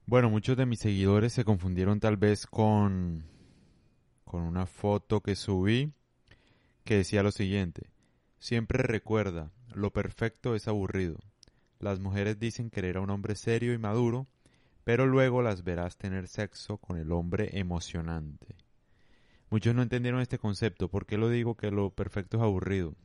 Bueno, muchos de mis seguidores se confundieron tal vez con una foto que subí que decía lo siguiente. Siempre recuerda, lo perfecto es aburrido. Las mujeres dicen querer a un hombre serio y maduro, pero luego las verás tener sexo con el hombre emocionante. Muchos no entendieron este concepto. ¿Por qué lo digo que lo perfecto es aburrido?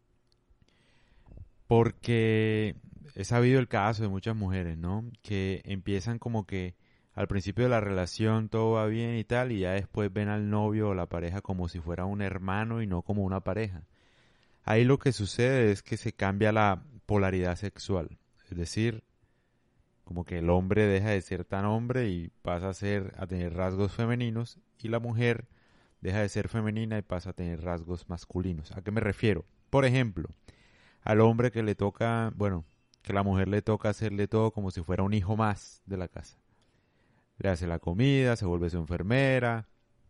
Porque he sabido el caso de muchas mujeres, ¿no? Que empiezan como que al principio de la relación todo va bien y tal, y ya después ven al novio o la pareja como si fuera un hermano y no como una pareja. Ahí lo que sucede es que se cambia la polaridad sexual. Es decir, como que el hombre deja de ser tan hombre y pasa a tener rasgos femeninos, y la mujer deja de ser femenina y pasa a tener rasgos masculinos. ¿A qué me refiero? Por ejemplo, al hombre que le toca, bueno, que la mujer le toca hacerle todo como si fuera un hijo más de la casa. Le hace la comida, se vuelve su enfermera,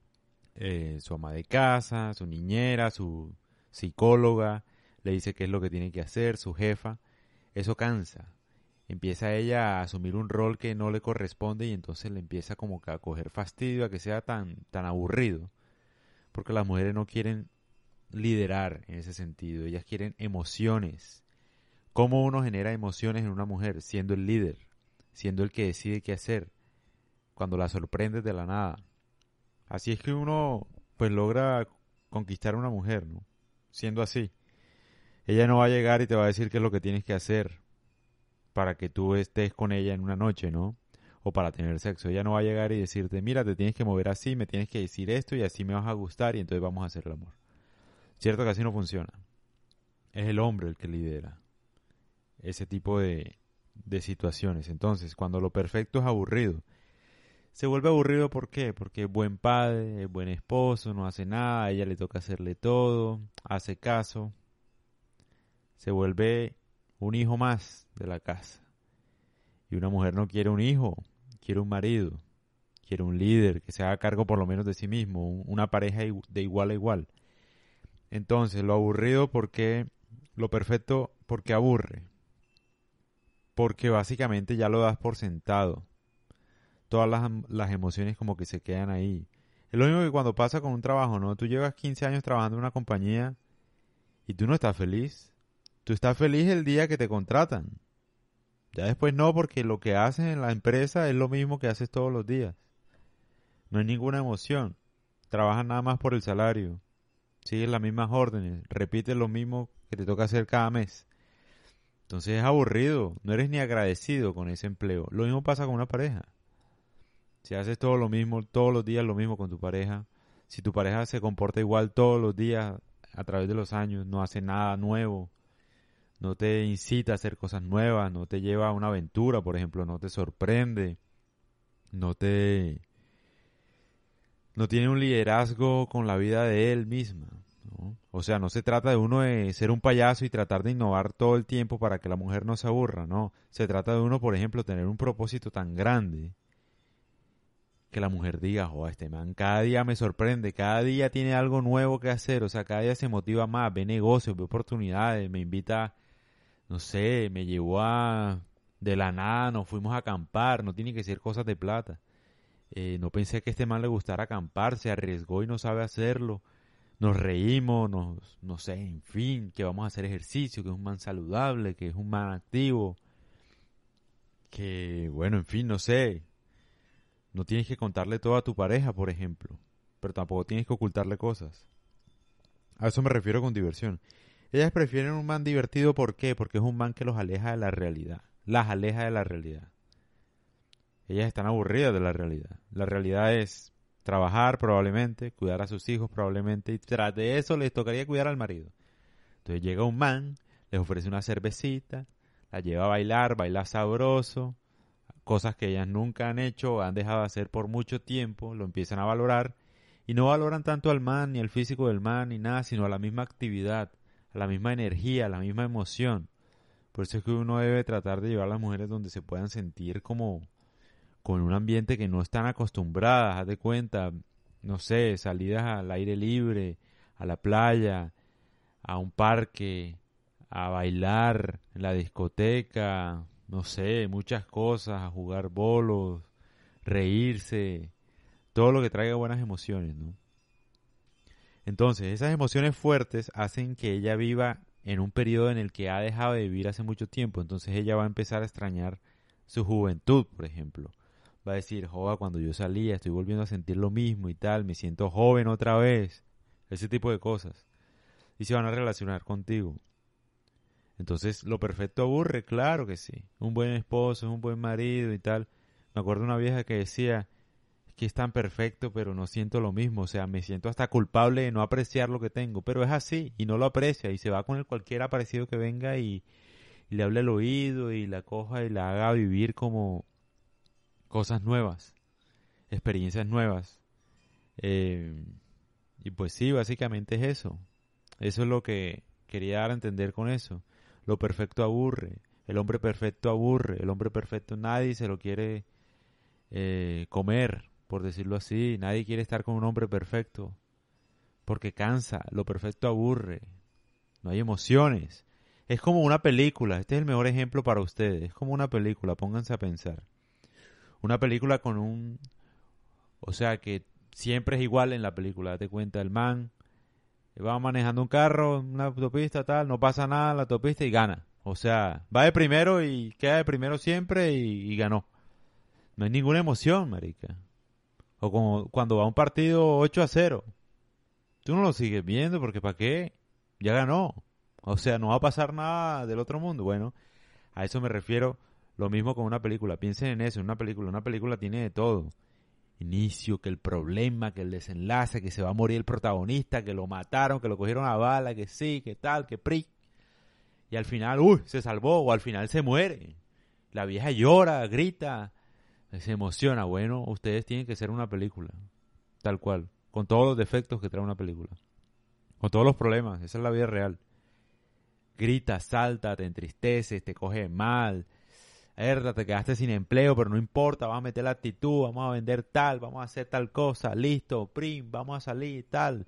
su ama de casa, su niñera, su psicóloga, le dice qué es lo que tiene que hacer, su jefa. Eso cansa. Empieza ella a asumir un rol que no le corresponde y entonces le empieza como que a coger fastidio a que sea tan aburrido. Porque las mujeres no quieren liderar en ese sentido, ellas quieren emociones. ¿Cómo uno genera emociones en una mujer? Siendo el líder, siendo el que decide qué hacer, cuando la sorprendes de la nada. Así es que uno pues logra conquistar a una mujer, ¿no? Siendo así. Ella no va a llegar y te va a decir qué es lo que tienes que hacer para que tú estés con ella en una noche, ¿no? O para tener sexo. Ella no va a llegar y decirte, mira, te tienes que mover así, me tienes que decir esto y así me vas a gustar y entonces vamos a hacer el amor. Cierto que así no funciona. Es el hombre el que lidera ese tipo de situaciones. Entonces, cuando lo perfecto es aburrido, se vuelve aburrido. ¿Por qué? Porque es buen padre, es buen esposo, no hace nada, a ella le toca hacerle todo, hace caso, se vuelve un hijo más de la casa. Y una mujer no quiere un hijo, quiere un marido, quiere un líder que se haga cargo por lo menos de sí mismo, una pareja de igual a igual. Entonces, lo aburrido porque, lo perfecto porque aburre, porque básicamente ya lo das por sentado. Todas las emociones como que se quedan ahí. Es lo mismo que cuando pasa con un trabajo, ¿no? Tú llevas 15 años trabajando en una compañía y tú no estás feliz. Tú estás feliz el día que te contratan. Ya después no, porque lo que haces en la empresa es lo mismo que haces todos los días. No hay ninguna emoción. Trabajas nada más por el salario. Sigues las mismas órdenes. Repites lo mismo que te toca hacer cada mes. Entonces es aburrido. No eres ni agradecido con ese empleo. Lo mismo pasa con una pareja. Si haces todo lo mismo, todos los días lo mismo con tu pareja, si tu pareja se comporta igual todos los días a través de los años, no hace nada nuevo, no te incita a hacer cosas nuevas, no te lleva a una aventura, por ejemplo, no te sorprende, no te no tiene un liderazgo con la vida de él misma, ¿no? O sea, no se trata de uno de ser un payaso y tratar de innovar todo el tiempo para que la mujer no se aburra, no. Se trata de uno, por ejemplo, tener un propósito tan grande que la mujer diga, oh, este man cada día me sorprende, cada día tiene algo nuevo que hacer, o sea, cada día se motiva más, ve negocios, ve oportunidades, me invita, no sé, me llevó a, de la nada, nos fuimos a acampar, no tiene que ser cosas de plata. No pensé que a este man le gustara acampar, se arriesgó y no sabe hacerlo. Nos reímos, no sé, en fin, que vamos a hacer ejercicio, que es un man saludable, que es un man activo, que, bueno, en fin, no sé, no tienes que contarle todo a tu pareja, por ejemplo, pero tampoco tienes que ocultarle cosas. A eso me refiero con diversión. Ellas prefieren un man divertido, ¿por qué? Porque es un man que los aleja de la realidad. Las aleja de la realidad. Ellas están aburridas de la realidad. La realidad es trabajar probablemente, cuidar a sus hijos probablemente, y tras de eso les tocaría cuidar al marido. Entonces llega un man, les ofrece una cervecita, la lleva a bailar, baila sabroso, cosas que ellas nunca han hecho o han dejado de hacer por mucho tiempo, lo empiezan a valorar y no valoran tanto al man ni al físico del man ni nada, sino a la misma actividad, a la misma energía, a la misma emoción. Por eso es que uno debe tratar de llevar a las mujeres donde se puedan sentir como con un ambiente que no están acostumbradas, haz de cuenta, no sé, salidas al aire libre, a la playa, a un parque, a bailar en la discoteca, no sé, muchas cosas, a jugar bolos, reírse, todo lo que traiga buenas emociones, ¿no? Entonces, esas emociones fuertes hacen que ella viva en un periodo en el que ha dejado de vivir hace mucho tiempo. Entonces ella va a empezar a extrañar su juventud, por ejemplo. Va a decir, joda, cuando yo salía estoy volviendo a sentir lo mismo y tal, me siento joven otra vez. Ese tipo de cosas. Y se van a relacionar contigo. Entonces, ¿lo perfecto aburre? Claro que sí. Un buen esposo, un buen marido y tal. Me acuerdo de una vieja que decía, que es tan perfecto, pero no siento lo mismo. O sea, me siento hasta culpable de no apreciar lo que tengo. Pero es así, y no lo aprecia. Y se va con el cualquier aparecido que venga y le hable al oído y la coja y la haga vivir como cosas nuevas, experiencias nuevas. Eh, y pues sí, básicamente es eso. Eso es lo que quería dar a entender con eso. Lo perfecto aburre. El hombre perfecto aburre. El hombre perfecto nadie se lo quiere comer, por decirlo así. Nadie quiere estar con un hombre perfecto porque cansa. Lo perfecto aburre. No hay emociones. Es como una película. Este es el mejor ejemplo para ustedes. Es como una película. Pónganse a pensar. Una película con un... O sea que siempre es igual en la película. Date cuenta, el man va manejando un carro, una autopista, tal, no pasa nada en la autopista y gana. O sea, va de primero y queda de primero siempre y ganó. No hay ninguna emoción, marica. O como cuando va a un partido 8-0. Tú no lo sigues viendo porque ¿para qué? Ya ganó. O sea, no va a pasar nada del otro mundo. Bueno, a eso me refiero. Lo mismo con una película. Piensen en eso, en una película. Una película tiene de todo. Inicio, que el problema, que el desenlace, que se va a morir el protagonista, que lo mataron, que lo cogieron a bala, que sí, que tal, que pri. Y al final, uy, se salvó, o al final se muere. La vieja llora, grita, se emociona. Bueno, ustedes tienen que ser una película, tal cual, con todos los defectos que trae una película, con todos los problemas, esa es la vida real. Grita, salta, te entristeces, te coge mal, herda, te quedaste sin empleo, pero no importa, vamos a meter la actitud, vamos a vender tal, vamos a hacer tal cosa, listo, prim, vamos a salir, tal.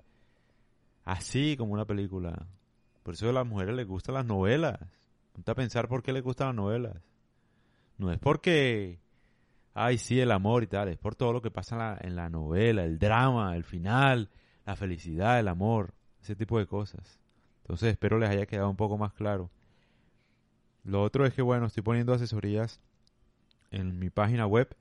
Así como una película. Por eso a las mujeres les gustan las novelas. Ponte a pensar por qué les gustan las novelas. No es porque, ay, sí, el amor y tal, es por todo lo que pasa en la novela, el drama, el final, la felicidad, el amor, ese tipo de cosas. Entonces espero les haya quedado un poco más claro. Lo otro es que, bueno, estoy poniendo asesorías en mi página web,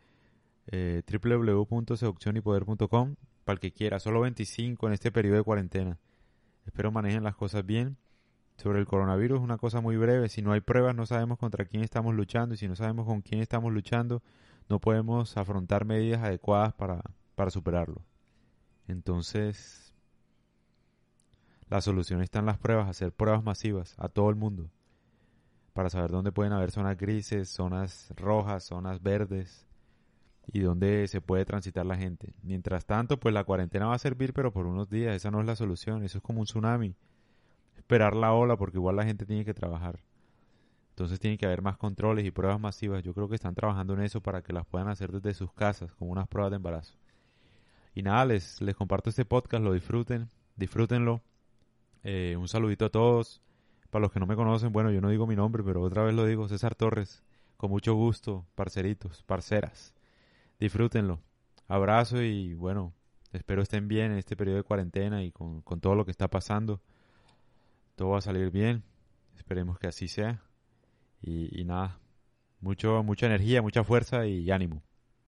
www.seduccionypoder.com, para el que quiera, solo 25 en este periodo de cuarentena. Espero manejen las cosas bien. Sobre el coronavirus, una cosa muy breve, si no hay pruebas no sabemos contra quién estamos luchando y si no sabemos con quién estamos luchando, no podemos afrontar medidas adecuadas para superarlo. Entonces, la solución está en las pruebas, hacer pruebas masivas a todo el mundo, para saber dónde pueden haber zonas grises, zonas rojas, zonas verdes y dónde se puede transitar la gente. Mientras tanto, pues la cuarentena va a servir, pero por unos días, esa no es la solución, eso es como un tsunami. Esperar la ola porque igual la gente tiene que trabajar. Entonces tiene que haber más controles y pruebas masivas. Yo creo que están trabajando en eso para que las puedan hacer desde sus casas, como unas pruebas de embarazo. Y nada, les comparto este podcast, lo disfruten, disfrútenlo. Un saludito a todos. Para los que no me conocen, bueno, yo no digo mi nombre, pero otra vez lo digo, César Torres. Con mucho gusto, parceritos, parceras. Disfrútenlo. Abrazo y bueno, espero estén bien en este periodo de cuarentena y con todo lo que está pasando. Todo va a salir bien. Esperemos que así sea. Y nada, mucha energía, mucha fuerza y ánimo.